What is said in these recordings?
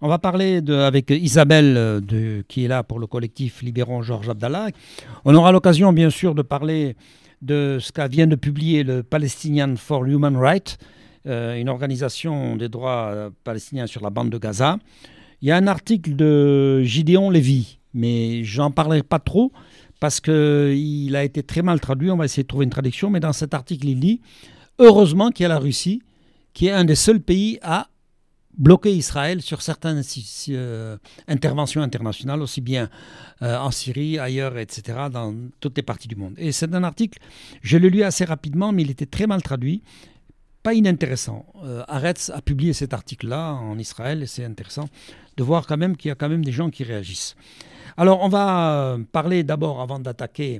On va parler avec Isabelle, qui est là pour le collectif Libérons Georges Abdallah. On aura l'occasion, bien sûr, de parler de ce qu'a vient de publier le Palestinian for Human Rights, une organisation des droits palestiniens sur la bande de Gaza. Il y a un article de Gideon Lévy, mais j'en parlerai pas trop parce qu'il a été très mal traduit. On va essayer de trouver une traduction, mais dans cet article, il dit « Heureusement qu'il y a la Russie, qui est un des seuls pays à bloquer Israël sur certaines interventions internationales, aussi bien en Syrie, ailleurs, etc., dans toutes les parties du monde. » Et c'est un article, je l'ai lu assez rapidement, mais il était très mal traduit, pas inintéressant. Haaretz a publié cet article-là en Israël, et c'est intéressant de voir quand même qu'il y a quand même des gens qui réagissent. Alors, on va parler d'abord, avant d'attaquer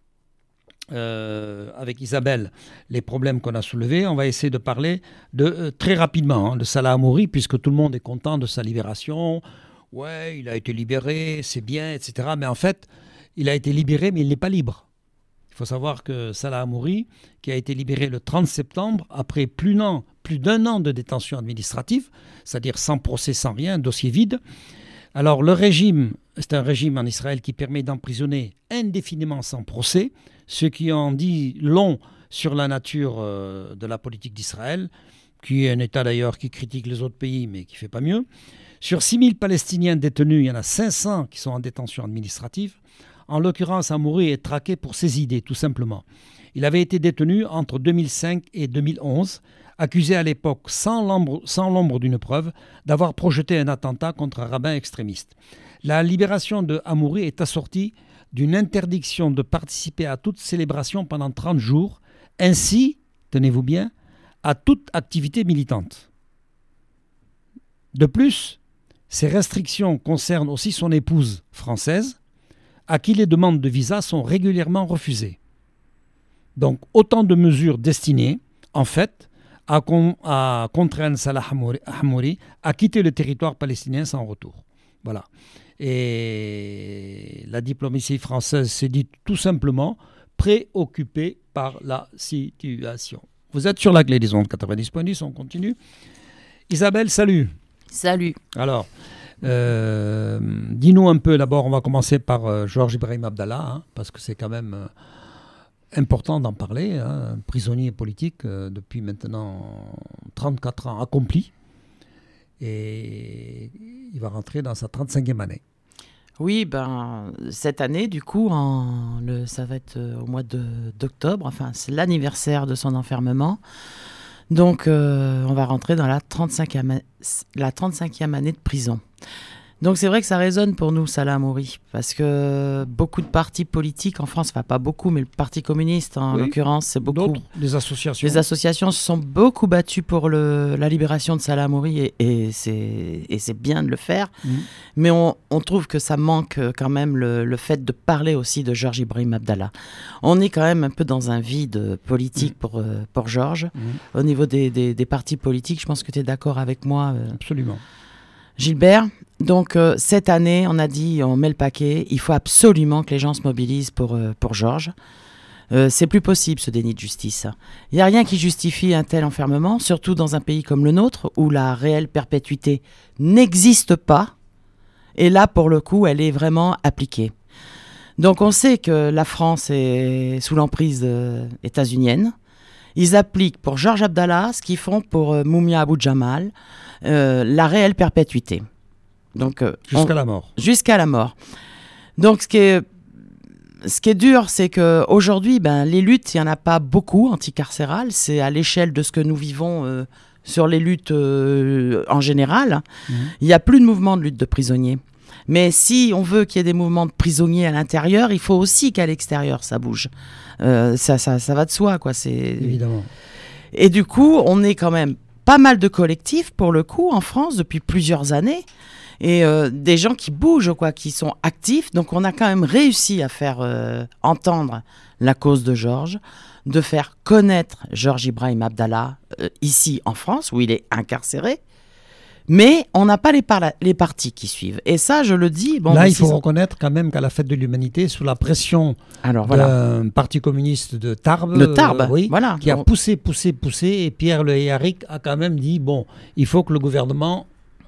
avec Isabelle les problèmes qu'on a soulevés, on va essayer de parler très rapidement de Salah Hamouri, puisque tout le monde est content de sa libération. Ouais, il a été libéré, c'est bien, etc. Mais en fait, il a été libéré, mais il n'est pas libre. Il faut savoir que Salah Hamouri, qui a été libéré le 30 septembre, après plus d'un an de détention administrative, c'est-à-dire sans procès, sans rien, un dossier vide. Alors le régime, c'est un régime en Israël qui permet d'emprisonner indéfiniment sans procès, ce qui en dit long sur la nature de la politique d'Israël, qui est un État d'ailleurs qui critique les autres pays mais qui ne fait pas mieux. Sur 6000 Palestiniens détenus, il y en a 500 qui sont en détention administrative. En l'occurrence, Hamouri est traqué pour ses idées, tout simplement. Il avait été détenu entre 2005 et 2011, accusé à l'époque, sans l'ombre d'une preuve, d'avoir projeté un attentat contre un rabbin extrémiste. La libération de Hamouri est assortie d'une interdiction de participer à toute célébration pendant 30 jours, ainsi, tenez-vous bien, à toute activité militante. De plus, ces restrictions concernent aussi son épouse française, à qui les demandes de visa sont régulièrement refusées. Donc, autant de mesures destinées, en fait, à contraindre Salah Hamouri à quitter le territoire palestinien sans retour. Voilà. Et la diplomatie française s'est dit tout simplement préoccupée par la situation. Vous êtes sur la clé des ondes 90.10, on continue. Isabelle, salut. Salut. Alors, dis-nous un peu, d'abord, on va commencer par Georges Ibrahim Abdallah, parce que c'est quand même important d'en parler, un prisonnier politique depuis maintenant 34 ans accompli, et il va rentrer dans sa 35e année. Oui, cette année, du coup, ça va être au mois d'octobre, enfin, c'est l'anniversaire de son enfermement. Donc, on va rentrer dans la 35e année de prison. Donc, c'est vrai que ça résonne pour nous, Salah Hamouri, parce que beaucoup de partis politiques en France, enfin pas beaucoup, mais le Parti communiste, en l'occurrence, c'est beaucoup. D'autres, les associations. Les associations se sont beaucoup battues pour la libération de Salah Hamouri, et c'est bien de le faire. Mais on trouve que ça manque quand même le fait de parler aussi de Georges Ibrahim Abdallah. On est quand même un peu dans un vide politique pour Georges. Au niveau des partis politiques, je pense que tu es d'accord avec moi. Absolument. Gilbert, donc cette année, on a dit, on met le paquet, il faut absolument que les gens se mobilisent pour Georges. C'est plus possible ce déni de justice. Il n'y a rien qui justifie un tel enfermement, surtout dans un pays comme le nôtre, où la réelle perpétuité n'existe pas. Et là, pour le coup, elle est vraiment appliquée. Donc on sait que la France est sous l'emprise états-unienne. Ils appliquent pour Georges Abdallah ce qu'ils font pour Mumia Abu Jamal, la réelle perpétuité. Donc, jusqu'à la mort. Jusqu'à la mort. Donc, ce qui est dur, c'est qu'aujourd'hui, les luttes, il n'y en a pas beaucoup anticarcérales. C'est à l'échelle de ce que nous vivons sur les luttes en général. Il n'y a plus de mouvement de lutte de prisonniers. Mais si on veut qu'il y ait des mouvements de prisonniers à l'intérieur, il faut aussi qu'à l'extérieur, ça bouge. Ça va de soi, quoi. Évidemment. Et du coup, on est quand même pas mal de collectifs, pour le coup, en France, depuis plusieurs années. Et des gens qui bougent, quoi, qui sont actifs. Donc, on a quand même réussi à faire entendre la cause de Georges, de faire connaître Georges Ibrahim Abdallah ici, en France, où il est incarcéré. Mais on n'a pas les partis qui suivent. Et ça, je le dis... Là, il faut reconnaître quand même qu'à la Fête de l'Humanité, sous la pression d'un parti communiste de Tarbes, qui a poussé, et Pierre Le Héaric a quand même dit, il faut que le gouvernement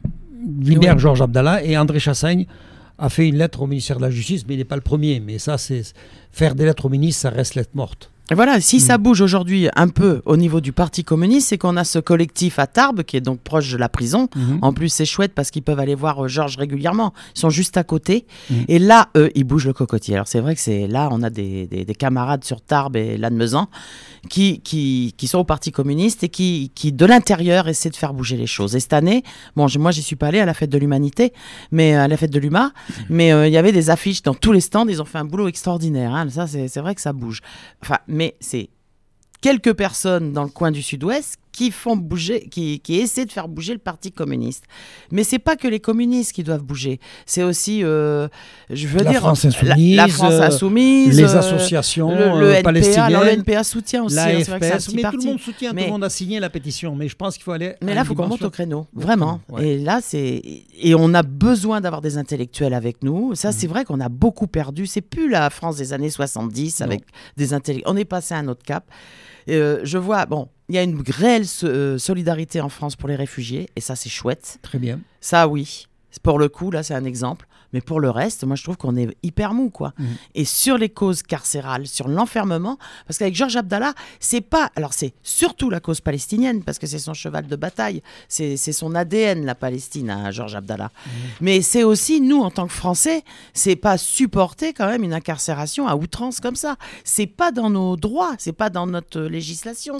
libère Georges Abdallah, et André Chassaigne a fait une lettre au ministère de la Justice, mais il n'est pas le premier. Mais ça, c'est faire des lettres au ministre, ça reste lettre morte. Et voilà, si ça bouge aujourd'hui un peu au niveau du Parti communiste, c'est qu'on a ce collectif à Tarbes, qui est donc proche de la prison. En plus, c'est chouette parce qu'ils peuvent aller voir Georges régulièrement. Ils sont juste à côté. Et là, ils bougent le cocotier. Alors c'est vrai que là, on a des camarades sur Tarbes et Lannemezan qui sont au Parti communiste et qui de l'intérieur, essaient de faire bouger les choses. Et cette année, moi, j'y suis pas allée à la fête de l'humanité, mais à la fête de l'UMA, mais il y avait des affiches dans tous les stands. Ils ont fait un boulot extraordinaire. Hein. Ça, c'est vrai que ça bouge. Enfin, mais c'est quelques personnes dans le coin du Sud-Ouest qui font bouger, qui essaient de faire bouger le Parti communiste. Mais c'est pas que les communistes qui doivent bouger. C'est aussi, la France insoumise, la France insoumise, les associations le NPA, palestiniennes. Alors le NPA soutient aussi. La hein, c'est vrai que c'est un FPS, petit mais parti. tout le monde soutient, tout le monde a signé la pétition. Mais je pense qu'il faut aller. Mais là, il faut qu'on monte au créneau, vraiment. Ouais. Et là, et on a besoin d'avoir des intellectuels avec nous. Ça, c'est vrai qu'on a beaucoup perdu. C'est plus la France des années 70 avec des intellectuels. On est passé à un autre cap. Je vois, il y a une réelle solidarité en France pour les réfugiés, et ça, c'est chouette. Très bien. Ça, oui. Pour le coup, là, c'est un exemple. Mais pour le reste, moi, je trouve qu'on est hyper mou, quoi. Et sur les causes carcérales, sur l'enfermement, parce qu'avec Georges Abdallah, c'est surtout la cause palestinienne, parce que c'est son cheval de bataille. C'est son ADN, la Palestine, à Georges Abdallah. Mais c'est aussi, nous, en tant que Français, c'est pas supporter quand même une incarcération à outrance comme ça. C'est pas dans nos droits, c'est pas dans notre législation,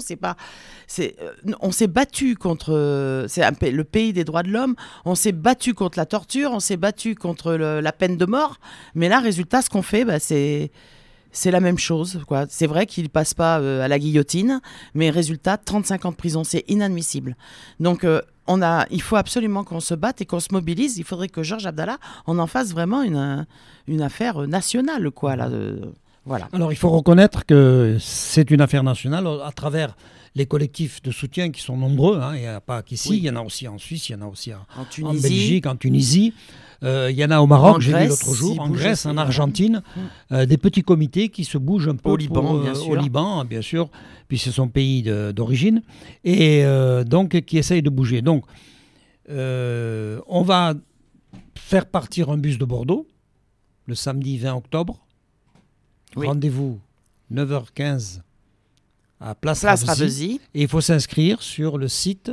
on s'est battu contre... c'est le pays des droits de l'homme, on s'est battu contre la torture, on s'est battu contre la peine de mort, mais là, résultat, ce qu'on fait, c'est la même chose, quoi. C'est vrai qu'il ne passe pas à la guillotine, mais résultat, 35 ans de prison, c'est inadmissible. Donc, il faut absolument qu'on se batte et qu'on se mobilise. Il faudrait que Georges Abdallah, on en fasse vraiment une affaire nationale, quoi. Là, voilà. Alors, il faut reconnaître que c'est une affaire nationale à travers les collectifs de soutien qui sont nombreux. Hein. Il n'y a pas qu'ici, il y en a aussi en Suisse, il y en a aussi en Belgique, en Tunisie. Il y en a au Maroc, j'ai vu l'autre jour, en Grèce, en Argentine, des petits comités qui se bougent un peu au Liban, bien sûr, puis c'est son pays d'origine, et donc qui essayent de bouger. Donc, on va faire partir un bus de Bordeaux le samedi 20 octobre. Rendez-vous 9h15 à Place Ravesi. Et il faut s'inscrire sur le site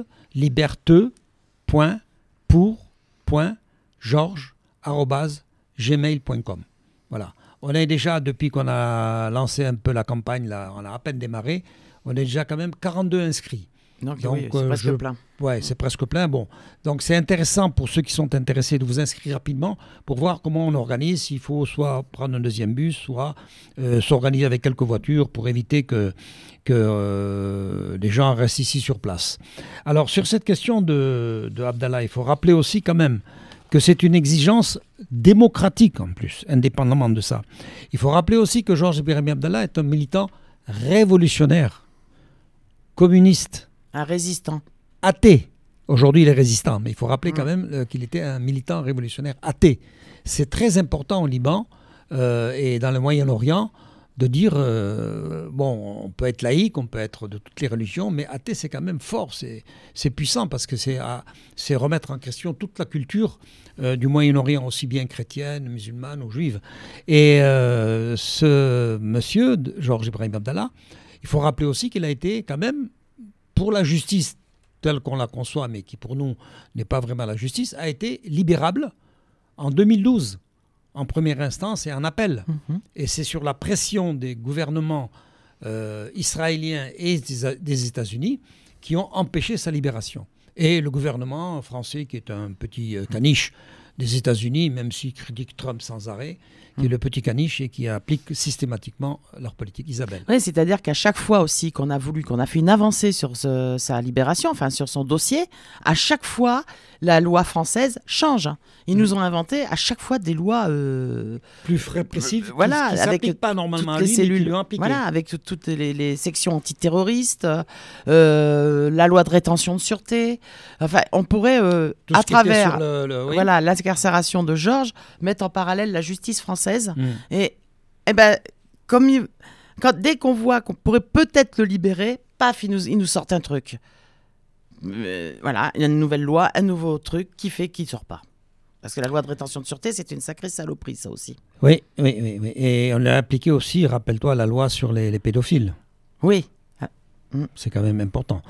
liberteux.pour.georges@gmail.com. Voilà. On est déjà, depuis qu'on a lancé un peu la campagne, là, on a à peine démarré, on est déjà quand même 42 inscrits. Donc oui, c'est presque plein. Oui, c'est presque plein. Bon. Donc c'est intéressant pour ceux qui sont intéressés de vous inscrire rapidement pour voir comment on organise, s'il faut soit prendre un deuxième bus, soit s'organiser avec quelques voitures pour éviter que les gens restent ici sur place. Alors sur cette question de Abdallah, il faut rappeler aussi quand même que c'est une exigence démocratique en plus, indépendamment de ça. Il faut rappeler aussi que Georges Birahim Abdallah est un militant révolutionnaire, communiste, un résistant. Athée. Aujourd'hui, il est résistant, mais il faut rappeler quand même qu'il était un militant révolutionnaire athée. C'est très important au Liban et dans le Moyen-Orient de dire, on peut être laïque, on peut être de toutes les religions, mais athée, c'est quand même fort, c'est puissant, parce que c'est remettre en question toute la culture du Moyen-Orient, aussi bien chrétienne, musulmane ou juive. Et ce monsieur, Georges Ibrahim Abdallah, il faut rappeler aussi qu'il a été quand même, pour la justice telle qu'on la conçoit, mais qui pour nous n'est pas vraiment la justice, a été libérable en 2012, en première instance et en appel. Et c'est sur la pression des gouvernements israéliens et des États-Unis qui ont empêché sa libération. Et le gouvernement français, qui est un petit caniche des États-Unis, même s'il critique Trump sans arrêt, qui est le petit caniche et qui applique systématiquement leur politique. Isabelle. Oui, c'est-à-dire qu'à chaque fois aussi qu'on a fait une avancée sur sa libération, enfin sur son dossier, à chaque fois, la loi française change. Ils nous ont inventé à chaque fois des lois plus répressives, voilà, qui ne s'appliquent pas normalement toutes les cellules, voilà, avec toutes les sections antiterroristes, la loi de rétention de sûreté. Enfin, on pourrait, à travers voilà, l'incarcération de Georges, mettre en parallèle la justice française. Et ben, dès qu'on voit qu'on pourrait peut-être le libérer, paf, il nous sort un truc. voilà, il y a une nouvelle loi, un nouveau truc qui fait qu'il ne sort pas. Parce que la loi de rétention de sûreté, c'est une sacrée saloperie, ça aussi. Oui. Et on l'a appliqué aussi, rappelle-toi, la loi sur les pédophiles. Oui. C'est quand même important.